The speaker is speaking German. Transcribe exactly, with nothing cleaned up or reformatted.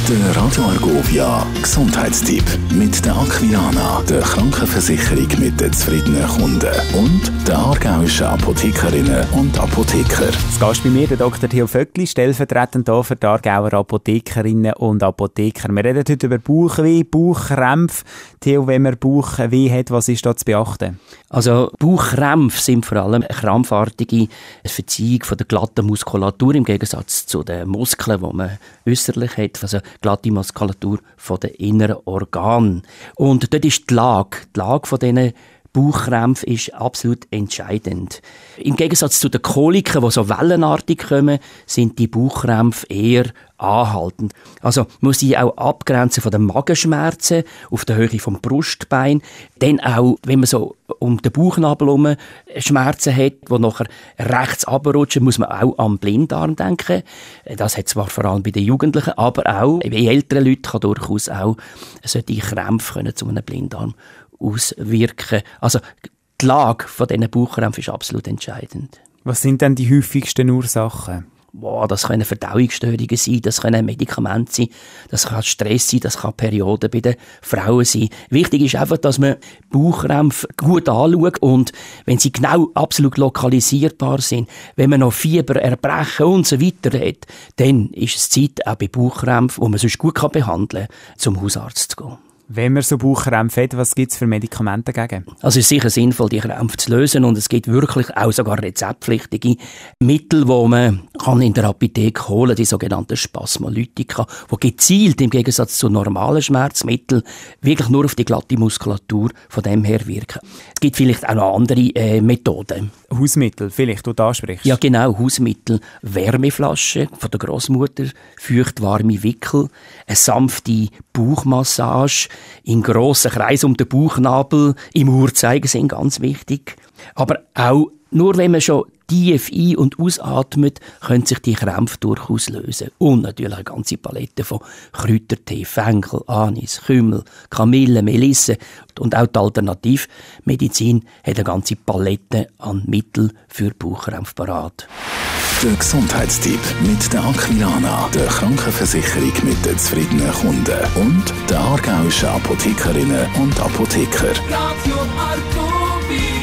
Der Radio Argovia Gesundheitstipp mit der Aquiana, der Krankenversicherung mit den zufriedenen Kunden und der aargauischen Apothekerinnen und Apotheker. Jetzt gehst bei mir der Doktor Theo Vöckli, stellvertretend hier für die Aargauer Apothekerinnen und Apotheker. Wir reden heute über Bauchweh, Bauchkrämpfe. Theo, wenn man Bauchweh hat, was ist da zu beachten? Also Bauchkrämpfe sind vor allem eine krampfartige Verziehung von der glatten Muskulatur im Gegensatz zu den Muskeln, die man äußerlich hat. Also glatte Muskulatur von den inneren Organen. Und dort ist die Lage, die Lage von diesen Bauchkrämpfen ist absolut entscheidend. Im Gegensatz zu den Koliken, die so wellenartig kommen, sind die Bauchkrämpfe eher anhaltend. Also muss sie auch abgrenzen von den Magenschmerzen auf der Höhe vom Brustbein. Dann auch, wenn man so um den Bauchnabel herum Schmerzen hat, die nachher rechts runterrutschen, muss man auch am Blinddarm denken. Das hat zwar vor allem bei den Jugendlichen, aber auch bei älteren Leuten kann durchaus auch solche Krämpfe können zu einem Blinddarm auswirken. Also die Lage von diesen Bauchkrämpfen ist absolut entscheidend. Was sind denn die häufigsten Ursachen? Boah, das können Verdauungsstörungen sein, das können Medikamente sein, das kann Stress sein, das kann Perioden bei den Frauen sein. Wichtig ist einfach, dass man Bauchkrämpfe gut anschaut und wenn sie genau absolut lokalisierbar sind, wenn man noch Fieber, Erbrechen und so weiter hat, dann ist es Zeit, auch bei Bauchkrämpfen, die man sonst gut behandeln kann, zum Hausarzt zu gehen. Wenn man so Bauchkrämpfe hat, was gibt es für Medikamente dagegen? Also es ist sicher sinnvoll, die Krämpfe zu lösen und es gibt wirklich auch sogar rezeptpflichtige Mittel, die man kann in der Apotheke holen kann, die sogenannten Spasmolytika, die gezielt im Gegensatz zu normalen Schmerzmitteln wirklich nur auf die glatte Muskulatur von dem her wirken. Es gibt vielleicht auch noch andere äh, Methoden. Hausmittel, vielleicht, du da sprichst. Ja genau, Hausmittel, Wärmeflasche von der Großmutter, feuchtwarme Wickel, eine sanfte Bauchmassage, in grossen Kreis um den Bauchnabel, im Uhrzeigersinn, ganz wichtig. Aber auch nur wenn man schon tief ein- und ausatmet, können sich die Krämpfe durchaus lösen. Und natürlich eine ganze Palette von Kräutertee, Fenchel, Anis, Kümmel, Kamille, Melisse. Und auch die Alternativmedizin hat eine ganze Palette an Mitteln für Bauchkrämpfe parat. Der Gesundheitstipp mit der Aquiana, der Krankenversicherung mit den zufriedenen Kunden und der aargauischen Apothekerinnen und Apotheker. Radio Argovia.